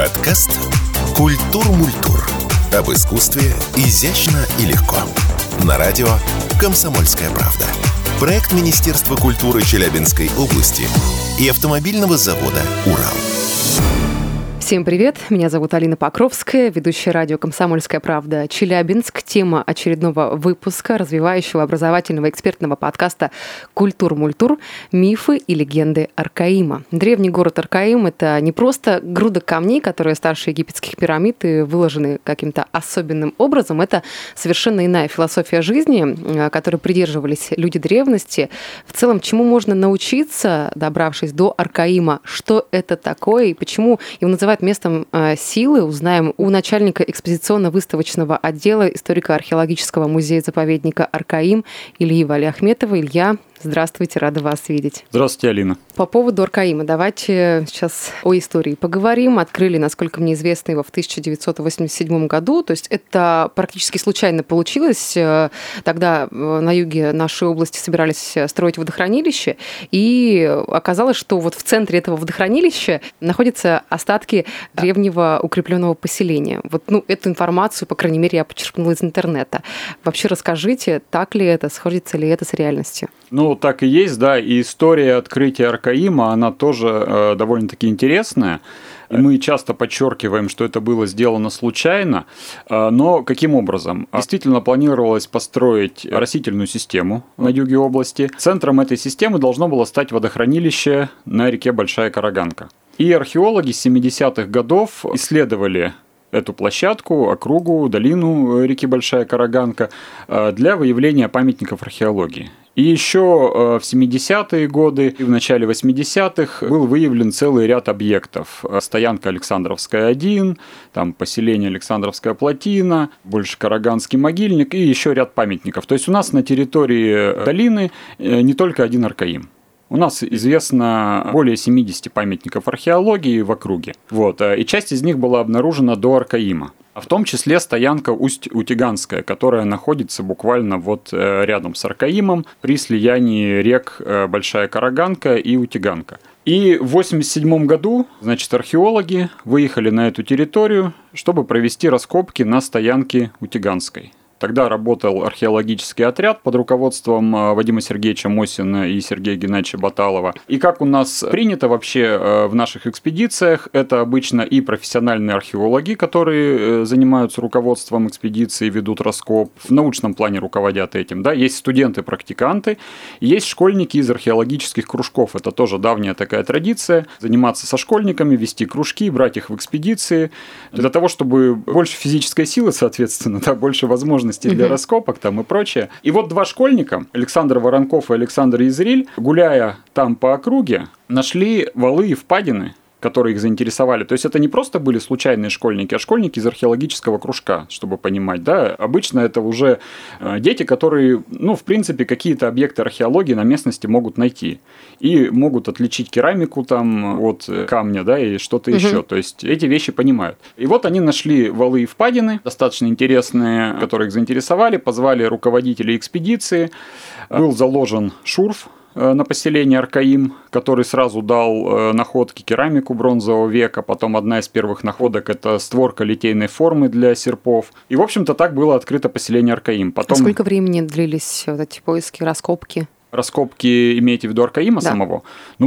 Подкаст «Культур-мультур». Об искусстве изящно и легко. На радио «Комсомольская правда». Проект Министерства культуры Челябинской области и автомобильного завода «Урал». Всем привет, меня зовут Алина Покровская, ведущая радио «Комсомольская правда» Челябинск. Тема очередного выпуска развивающего образовательного экспертного подкаста «Культур-мультур. Мифы и легенды Аркаима». Древний город Аркаим – это не просто груда камней, которые старше египетских пирамид и выложены каким-то особенным образом. Это совершенно иная философия жизни, которой придерживались люди древности. В целом, чему можно научиться, добравшись до Аркаима, что это такое и почему его называют местом силы, узнаем у начальника экспозиционно-выставочного отдела историко-археологического музея-заповедника Аркаим Ильи Валиахметова. Илья, здравствуйте, рада вас видеть. Здравствуйте, Алина. По поводу Аркаима давайте сейчас о истории поговорим. Открыли, насколько мне известно, его в 1987 году. То есть это практически случайно получилось. Тогда на юге нашей области собирались строить водохранилище, и оказалось, что вот в центре этого водохранилища находятся остатки древнего укрепленного поселения. Вот, эту информацию, по крайней мере, я почерпнула из интернета. Вообще расскажите, так ли это, сходится ли это с реальностью? Так и есть, да, и история открытия Аркаима, она тоже довольно-таки интересная. И мы часто подчеркиваем, что это было сделано случайно, но каким образом? Действительно планировалось построить растительную систему на юге области. Центром этой системы должно было стать водохранилище на реке Большая Караганка. И археологи с 70-х годов исследовали эту площадку, округу, долину реки Большая Караганка для выявления памятников археологии. И еще в 70-е годы и в начале 80-х был выявлен целый ряд объектов. Стоянка Александровская 1, там поселение Александровская плотина, больше Караганский могильник и еще ряд памятников. То есть у нас на территории долины не только один Аркаим. У нас известно более 70 памятников археологии в округе. И часть из них была обнаружена до Аркаима. В том числе стоянка Усть-Утиганская, которая находится буквально рядом с Аркаимом при слиянии рек Большая Караганка и Утиганка. И в 1987 году, археологи выехали на эту территорию, чтобы провести раскопки на стоянке Утиганской. Тогда работал археологический отряд под руководством Вадима Сергеевича Мосина и Сергея Геннадьевича Баталова. И как у нас принято вообще в наших экспедициях, это обычно и профессиональные археологи, которые занимаются руководством экспедиции, ведут раскоп, в научном плане руководят этим. Да? Есть студенты-практиканты, есть школьники из археологических кружков. Это тоже давняя такая традиция, заниматься со школьниками, вести кружки, брать их в экспедиции, для того, чтобы больше физической силы, соответственно, больше возможностей для раскопок и прочее. И два школьника, Александр Воронков и Александр Изриль, гуляя там по округе, нашли валы и впадины, которые их заинтересовали. То есть это не просто были случайные школьники, а школьники из археологического кружка, чтобы понимать. Да? Обычно это уже дети, которые, в принципе, какие-то объекты археологии на местности могут найти. И могут отличить керамику от камня, да, и что-то еще. То есть эти вещи понимают. И они нашли валы и впадины, достаточно интересные, которые их заинтересовали, позвали руководителей экспедиции. Был заложен шурф на поселение Аркаим, который сразу дал находки керамику бронзового века. Потом одна из первых находок – это створка литейной формы для серпов. И, в общем-то, так было открыто поселение Аркаим. Потом... Сколько времени длились эти поиски, раскопки? Раскопки имеете в виду Аркаима самого?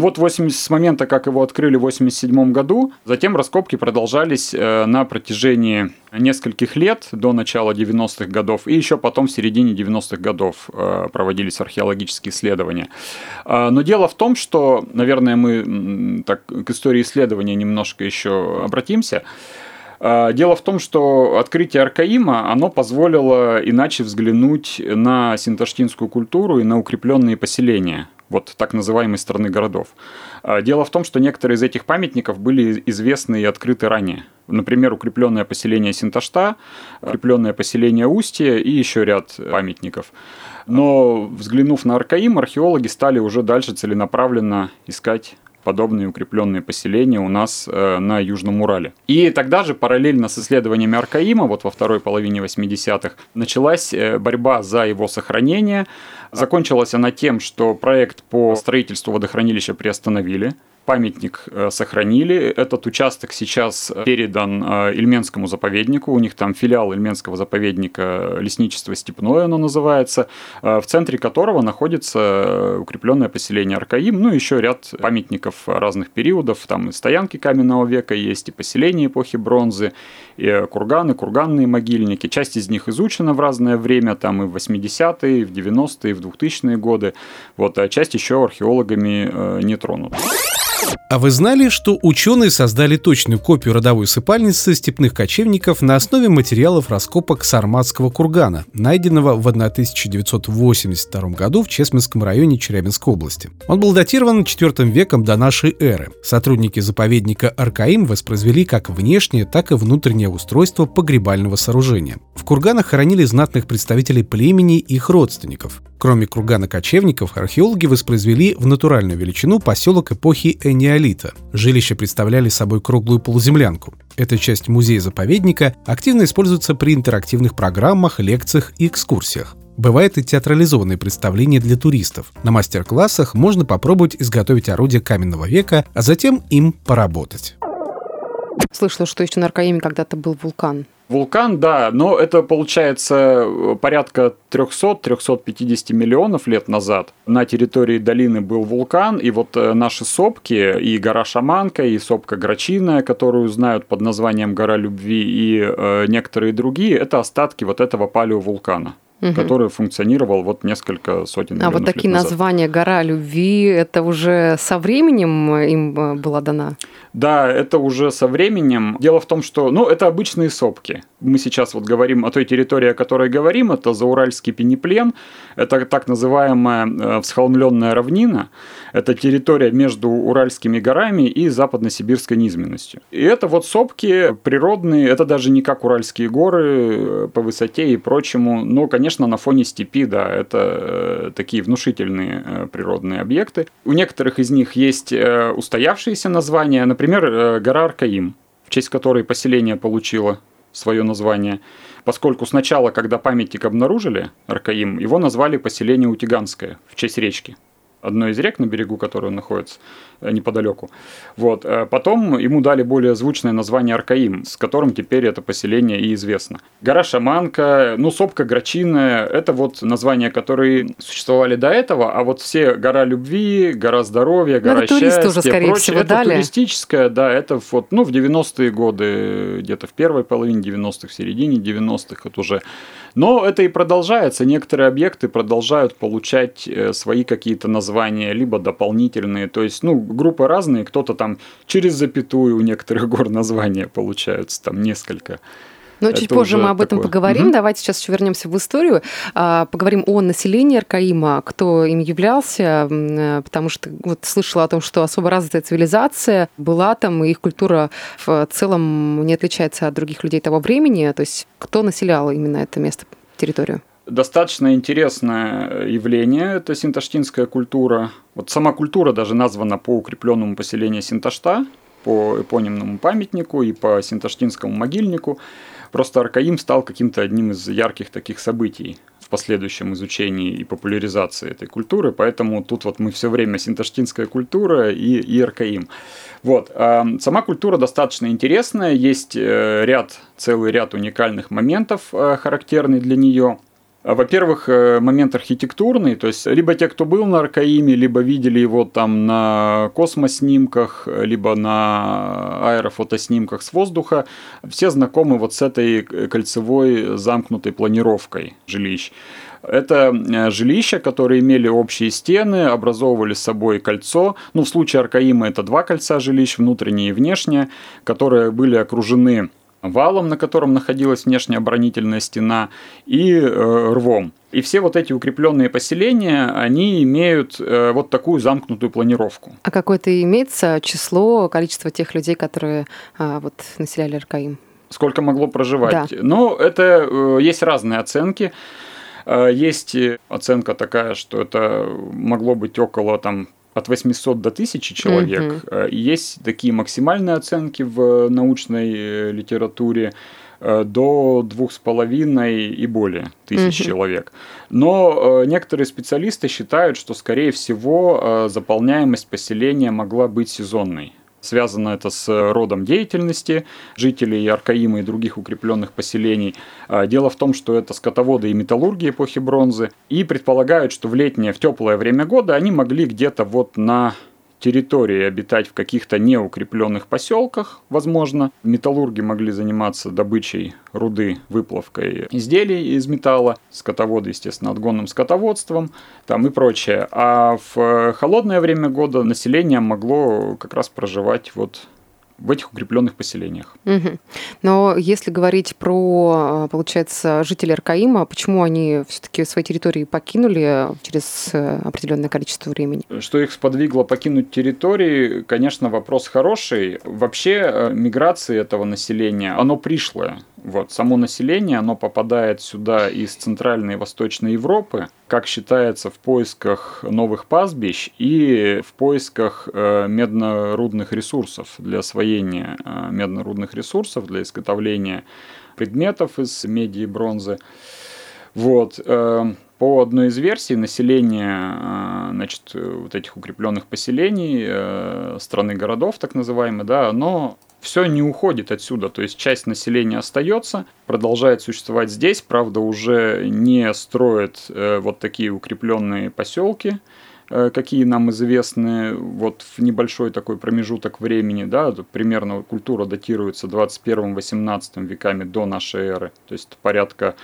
С момента, как его открыли в 1987 году, затем раскопки продолжались на протяжении нескольких лет, до начала 90-х годов, и еще потом в середине 90-х годов проводились археологические исследования. Но дело в том, что, наверное, мы к истории исследования немножко еще обратимся. Дело в том, что открытие Аркаима, оно позволило иначе взглянуть на синташтинскую культуру и на укрепленные поселения так называемой страны городов. Дело в том, что некоторые из этих памятников были известны и открыты ранее. Например, укрепленное поселение Синташта, укрепленное поселение Устье и еще ряд памятников. Но, взглянув на Аркаим, археологи стали уже дальше целенаправленно искать подобные укрепленные поселения у нас на Южном Урале. И тогда же, параллельно с исследованиями Аркаима, во второй половине 80-х, началась борьба за его сохранение. Закончилась она тем, что проект по строительству водохранилища приостановили. памятник сохранили. Этот участок сейчас передан Ильменскому заповеднику. У них там филиал Ильменского заповедника «Лесничество степное» оно называется, в центре которого находится укрепленное поселение Аркаим, ну, еще ряд памятников разных периодов. Там и стоянки каменного века есть, и поселения эпохи бронзы, и курганы, курганные могильники. Часть из них изучена в разное время, там и в 80-е, и в 90-е, и в 2000-е годы. Вот, а часть еще археологами не тронута. А вы знали, что ученые создали точную копию родовой усыпальницы степных кочевников на основе материалов раскопок Сарматского кургана, найденного в 1982 году в Чесменском районе Челябинской области? Он был датирован IV веком до нашей эры. Сотрудники заповедника Аркаим воспроизвели как внешнее, так и внутреннее устройство погребального сооружения. В курганах хоронили знатных представителей племени и их родственников. Кроме кургана кочевников, археологи воспроизвели в натуральную величину поселок эпохи энеолита. Жилища представляли собой круглую полуземлянку. Эта часть музея-заповедника активно используется при интерактивных программах, лекциях и экскурсиях. Бывает и театрализованные представления для туристов. На мастер-классах можно попробовать изготовить орудие каменного века, а затем им поработать. Слышала, что еще на Аркаиме когда-то был вулкан. Вулкан, да, но это получается порядка 300-350 миллионов лет назад. На территории долины был вулкан, и вот наши сопки, и гора Шаманка, и сопка Грачиная, которую знают под названием Гора Любви, и некоторые другие, это остатки вот этого палеовулкана, который функционировал вот несколько сотен миллионов лет назад. А вот такие названия «Гора Любви» — это уже со временем им была дана? Да, это уже со временем. Дело в том, что, это обычные сопки. Мы сейчас вот говорим о той территории, о которой говорим, это Зауральский пенеплен, это так называемая всхолмленная равнина, это территория между Уральскими горами и западно-сибирской низменностью. И это вот сопки природные, это даже не как Уральские горы по высоте и прочему, но, конечно, на фоне степи, да, это такие внушительные природные объекты. У некоторых из них есть устоявшиеся названия, например, гора Аркаим, в честь которой поселение получило свое название, поскольку сначала, когда памятник обнаружили, Аркаим, его назвали поселение Утиганское в честь речки, одной из рек, на берегу которой он находится, неподалеку. Вот. Потом ему дали более звучное название Аркаим, с которым теперь это поселение и известно. Гора Шаманка, сопка Грачиная, это вот названия, которые существовали до этого, а вот все Гора Любви, Гора Здоровья, Гора Счастья, уже, скорее всего, это дали. туристическое, да, это вот, в 90-е годы, где-то в первой половине 90-х, в середине 90-х это уже. Но это и продолжается, некоторые объекты продолжают получать свои какие-то названия, либо дополнительные, то есть, группы разные, кто-то там через запятую у некоторых гор названия получаются, там несколько. Но чуть позже мы об этом поговорим. Давайте сейчас еще вернемся в историю. Поговорим о населении Аркаима, кто им являлся, потому что вот слышала о том, что особо развитая цивилизация была там, и их культура в целом не отличается от других людей того времени. То есть кто населял именно это место, территорию? Достаточно интересное явление – это синташтинская культура. Вот сама культура даже названа по укрепленному поселению Синташта, по эпонимному памятнику и по синташтинскому могильнику. Просто Аркаим стал каким-то одним из ярких таких событий в последующем изучении и популяризации этой культуры, поэтому тут вот мы все время синташтинская культура и Аркаим. Вот. Сама культура достаточно интересная, есть целый ряд уникальных моментов, характерных для нее. Во-первых, момент архитектурный, то есть либо те, кто был на Аркаиме, либо видели его там на космоснимках, либо на аэрофотоснимках с воздуха, все знакомы вот с этой кольцевой замкнутой планировкой жилищ. Это жилища, которые имели общие стены, образовывали с собой кольцо. В случае Аркаима это два кольца жилищ, внутреннее и внешнее, которые были окружены валом, на котором находилась внешняя оборонительная стена, и рвом. И все вот эти укрепленные поселения, они имеют вот такую замкнутую планировку. А какое-то имеется число, количество тех людей, которые населяли Аркаим? Сколько могло проживать? Да. Это есть разные оценки. Есть оценка такая, что это могло быть около от 800 до 1000 человек. Есть такие максимальные оценки в научной литературе. до 2,5 и более тысяч человек. Но некоторые специалисты считают, что, скорее всего, заполняемость поселения могла быть сезонной. Связано это с родом деятельности жителей Аркаима и других укрепленных поселений. Дело в том, что это скотоводы и металлурги эпохи бронзы. И предполагают, что в летнее, в теплое время года они могли где-то вот на территории обитать в каких-то неукрепленных поселках, возможно. Металлурги могли заниматься добычей руды, выплавкой изделий из металла, скотоводы, естественно, отгонным скотоводством там и прочее. А в холодное время года население могло как раз проживать вот в этих укрепленных поселениях. Угу. Но если говорить про, получается, жителей Аркаима, почему они все-таки свои территории покинули через определенное количество времени? Что их сподвигло покинуть территории, конечно, вопрос хороший. Вообще миграция этого населения, оно пришлое. Вот. Само население, оно попадает сюда из Центральной и Восточной Европы, как считается, в поисках новых пастбищ и в поисках медно-рудных ресурсов, для освоения медно-рудных ресурсов, для изготовления предметов из меди и бронзы. Вот. По одной из версий, население, значит, вот этих укрепленных поселений, страны-городов, так называемые, да, оно все не уходит отсюда, то есть часть населения остается, продолжает существовать здесь, правда, уже не строит вот такие укрепленные поселки, какие нам известны вот в небольшой такой промежуток времени, да, примерно культура датируется 21-18 веками до нашей эры, то есть порядка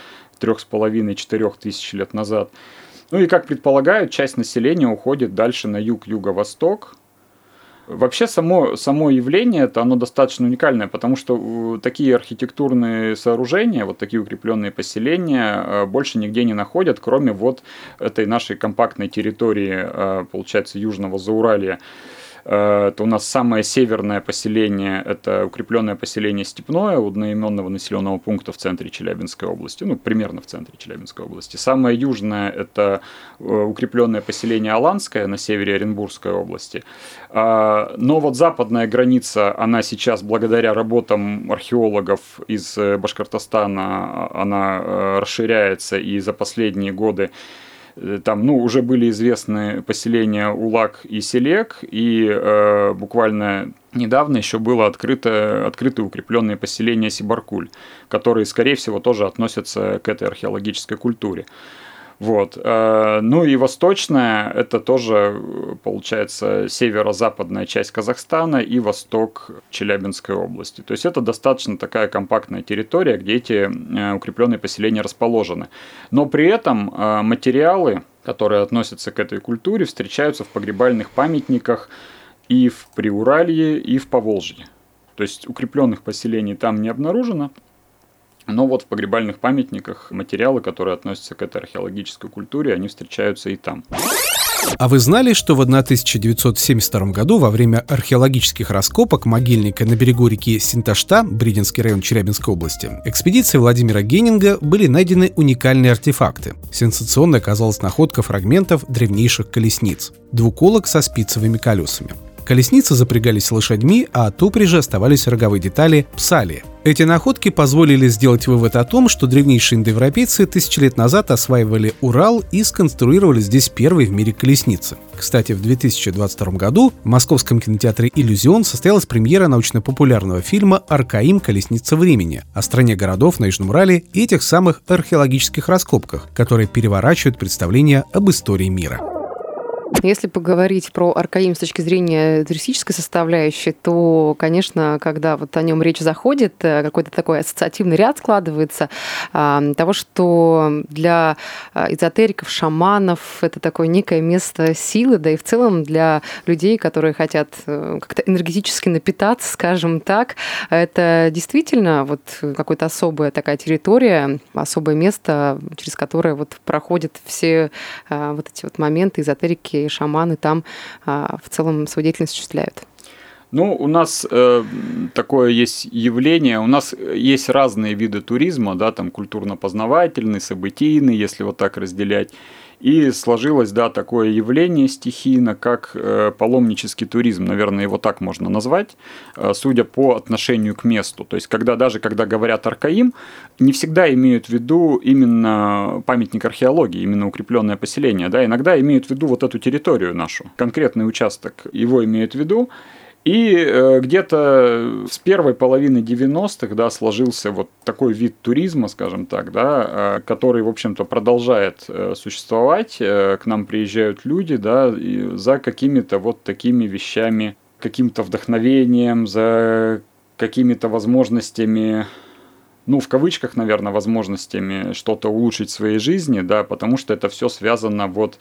3,5-4 тысяч лет назад. Ну и, как предполагают, часть населения уходит дальше на юг, юго-восток. Вообще само явление это оно достаточно уникальное, потому что такие архитектурные сооружения, вот такие укрепленные поселения больше нигде не находят, кроме вот этой нашей компактной территории, получается, Южного Зауралья. Это у нас самое северное поселение, это укрепленное поселение Степное, одноименного населенного пункта в центре Челябинской области, ну, примерно в центре Челябинской области. Самое южное – это укрепленное поселение Аланское на севере Оренбургской области. Но вот западная граница, она сейчас, благодаря работам археологов из Башкортостана, она расширяется, и за последние годы там, уже были известны поселения Улак и Селек, и буквально недавно еще было открыты укрепленные поселения Сибаркуль, которые, скорее всего, тоже относятся к этой археологической культуре. Вот. Ну и восточная, это тоже, получается, северо-западная часть Казахстана и восток Челябинской области. То есть это достаточно такая компактная территория, где эти укрепленные поселения расположены. Но при этом материалы, которые относятся к этой культуре, встречаются в погребальных памятниках и в Приуралье, и в Поволжье. То есть укрепленных поселений там не обнаружено. Но вот в погребальных памятниках материалы, которые относятся к этой археологической культуре, они встречаются и там. А вы знали, что в 1972 году во время археологических раскопок могильника на берегу реки Синташта, Бридинский район Челябинской области, экспедиции Владимира Геннинга были найдены уникальные артефакты. Сенсационной оказалась находка фрагментов древнейших колесниц, двуколок со спицевыми колесами. Колесницы запрягались лошадьми, а от упряжи оставались роговые детали псалии. Эти находки позволили сделать вывод о том, что древнейшие индоевропейцы 1000 лет назад осваивали Урал и сконструировали здесь первые в мире колесницы. Кстати, в 2022 году в Московском кинотеатре «Иллюзион» состоялась премьера научно-популярного фильма «Аркаим. Колесница времени» о стране городов на Южном Урале и этих самых археологических раскопках, которые переворачивают представление об истории мира. Если поговорить про Аркаим с точки зрения туристической составляющей, то, конечно, когда вот о нем речь заходит, какой-то такой ассоциативный ряд складывается того, что для эзотериков, шаманов это такое некое место силы, да и в целом для людей, которые хотят как-то энергетически напитаться, скажем так, это действительно вот какая-то особая такая территория, особое место, через которое вот проходят все вот эти вот моменты эзотерики, и шаманы там в целом свою деятельность осуществляют. Ну, у нас такое есть явление, у нас есть разные виды туризма, да, там культурно-познавательный, событийный, если вот так разделять. И сложилось, да, такое явление стихийно, как паломнический туризм, наверное, его так можно назвать, судя по отношению к месту. То есть, когда говорят Аркаим, не всегда имеют в виду именно памятник археологии, именно укрепленное поселение, да, иногда имеют в виду вот эту территорию нашу, конкретный участок его имеют в виду. И где-то с первой половины 90-х, да, сложился вот такой вид туризма, скажем так, да, который, в общем-то, продолжает существовать. К нам приезжают люди, да, за какими-то вот такими вещами, каким-то вдохновением, за какими-то возможностями, ну, в кавычках, наверное, возможностями что-то улучшить в своей жизни, да, потому что это все связано вот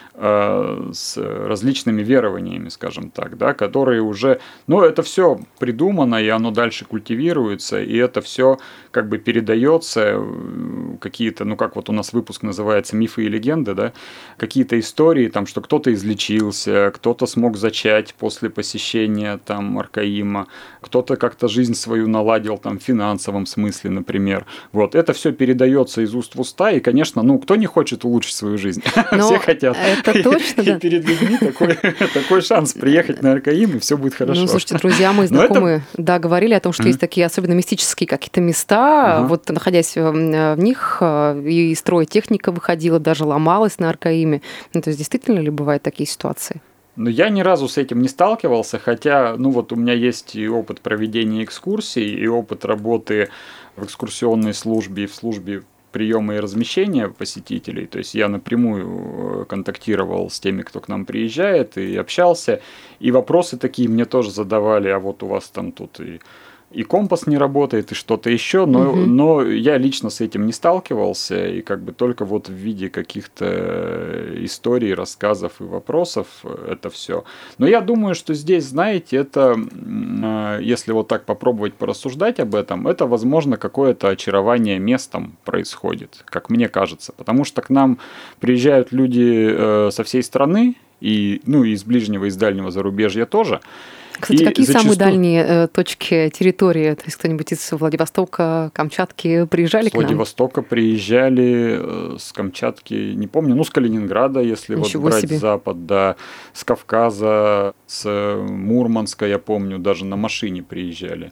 с различными верованиями, скажем так, да, которые уже, ну, это все придумано, и оно дальше культивируется, и это все как бы передается, какие-то, ну, как вот у нас выпуск называется «Мифы и легенды», да, какие-то истории, там, что кто-то излечился, кто-то смог зачать после посещения там Аркаима, кто-то как-то жизнь свою наладил там в финансовом смысле, например. Вот, это все передается из уст в уста, и, конечно, ну, кто не хочет улучшить свою жизнь? Все хотят. Это точно, да. И перед людьми такой шанс приехать на Аркаим, и все будет хорошо. Ну, слушайте, друзья, мы знакомые, да, говорили о том, что есть такие особенно мистические какие-то места, вот находясь в них, и стройtехника выходила, даже ломалась на Аркаиме. Ну, то есть действительно ли бывают такие ситуации? Ну, я ни разу с этим не сталкивался, хотя, ну, вот у меня есть и опыт проведения экскурсий, и опыт работы в экскурсионной службе и в службе приема и размещения посетителей. То есть я напрямую контактировал с теми, кто к нам приезжает, и общался. И вопросы такие мне тоже задавали, а вот у вас там тут и компас не работает, и что-то еще, но я лично с этим не сталкивался, и как бы только вот в виде каких-то историй, рассказов и вопросов это все. Но я думаю, что здесь, знаете, это, если вот так попробовать порассуждать об этом, это, возможно, какое-то очарование местом происходит, как мне кажется, потому что к нам приезжают люди со всей страны, и, ну, из ближнего, из дальнего зарубежья тоже. Кстати, какие самые дальние точки территории? То есть кто-нибудь из Владивостока, Камчатки приезжали к нам? С Владивостока приезжали, с Камчатки, не помню, ну, с Калининграда, если вот брать запад, да, с Кавказа, с Мурманска, я помню, даже на машине приезжали.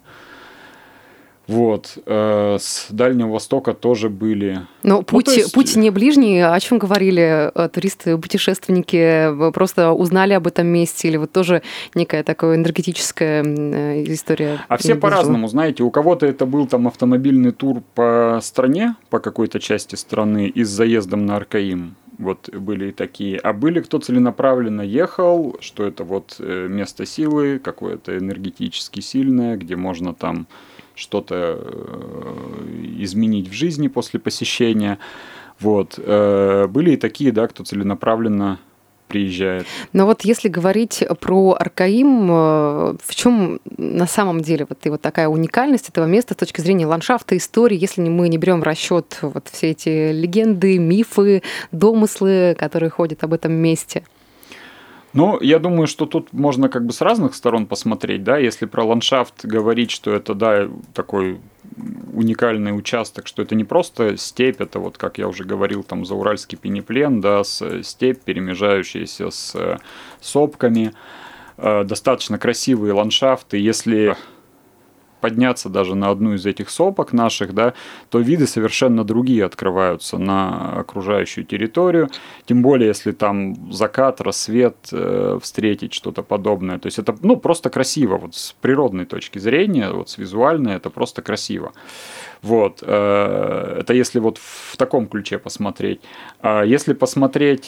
Вот, с Дальнего Востока тоже были. Но путь не ближний, о чем говорили туристы, путешественники, просто узнали об этом месте, или вот тоже некая такая энергетическая история? А все по-разному, знаете, у кого-то это был там автомобильный тур по стране, по какой-то части страны, и с заездом на Аркаим. Вот были и такие. А были, кто целенаправленно ехал, что это вот место силы, какое-то энергетически сильное, где можно там что-то изменить в жизни после посещения. Вот. Были и такие, да, кто целенаправленно приезжает. Но вот если говорить про Аркаим, в чем на самом деле вот такая уникальность этого места с точки зрения ландшафта, истории, если мы не берем в расчет вот все эти легенды, мифы, домыслы, которые ходят об этом месте? Ну, я думаю, что тут можно как бы с разных сторон посмотреть, да, если про ландшафт говорить, что это, да, такой уникальный участок, что это не просто степь, это вот, как я уже говорил, там зауральский пенеплен, да, степь, перемежающаяся с сопками, достаточно красивые ландшафты, если подняться даже на одну из этих сопок наших, да, то виды совершенно другие открываются на окружающую территорию, тем более, если там закат, рассвет, встретить что-то подобное. То есть это, ну, просто красиво, вот с природной точки зрения, вот с визуальной, это просто красиво. Вот, это если вот в таком ключе посмотреть. А если посмотреть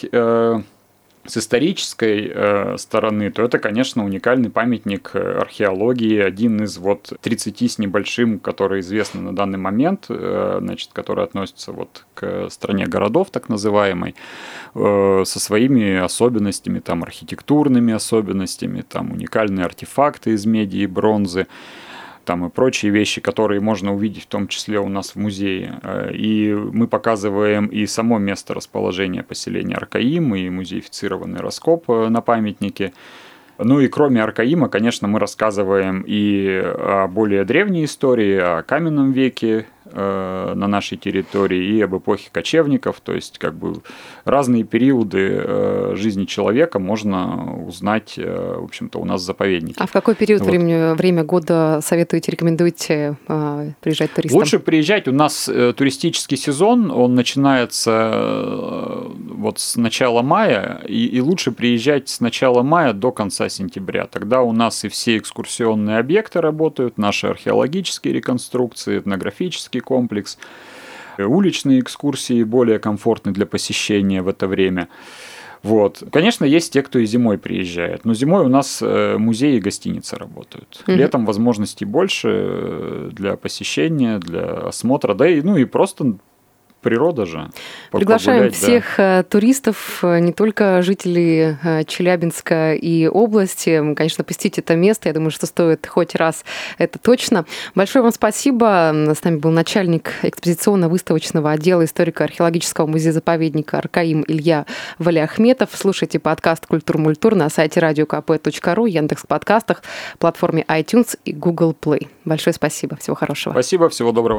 с исторической стороны, то это, конечно, уникальный памятник археологии, один из вот 30 с небольшим, которые известны на данный момент, значит, которые относятся вот к стране городов, так называемой, со своими особенностями, там, архитектурными особенностями, там, уникальные артефакты из меди и бронзы, там и прочие вещи, которые можно увидеть в том числе у нас в музее. И мы показываем и само место расположения поселения Аркаим, и музеифицированный раскоп на памятнике. Ну и кроме Аркаима, конечно, мы рассказываем и о более древней истории, о каменном веке, на нашей территории, и об эпохе кочевников, то есть как бы разные периоды жизни человека можно узнать, в общем-то, у нас в заповеднике. А в какой период время года советуете, рекомендуете приезжать туристам? Лучше приезжать. У нас туристический сезон, он начинается вот с начала мая, и лучше приезжать с начала мая до конца сентября. Тогда у нас и все экскурсионные объекты работают, наши археологические реконструкции, этнографический комплекс, уличные экскурсии более комфортны для посещения в это время. Вот. Конечно, есть те, кто и зимой приезжает, но зимой у нас музеи и гостиницы работают. Летом возможностей больше для посещения, для осмотра, да и просто природа же. Приглашаем всех туристов, не только жителей Челябинска и области. Конечно, посетить это место. Я думаю, что стоит хоть раз, это точно. Большое вам спасибо. С нами был начальник экспозиционно-выставочного отдела историко-археологического музея-заповедника Аркаим Илья Валиахметов. Слушайте подкаст «Культур-мультур» на сайте radiokp.ru, Яндекс.Подкастах, платформе iTunes и Google Play. Большое спасибо. Всего хорошего. Спасибо. Всего доброго.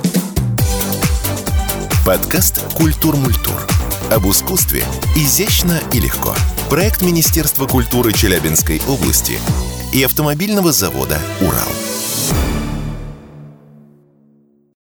Подкаст «Культур-мультур». Об искусстве изящно и легко. Проект Министерства культуры Челябинской области и автомобильного завода «Урал».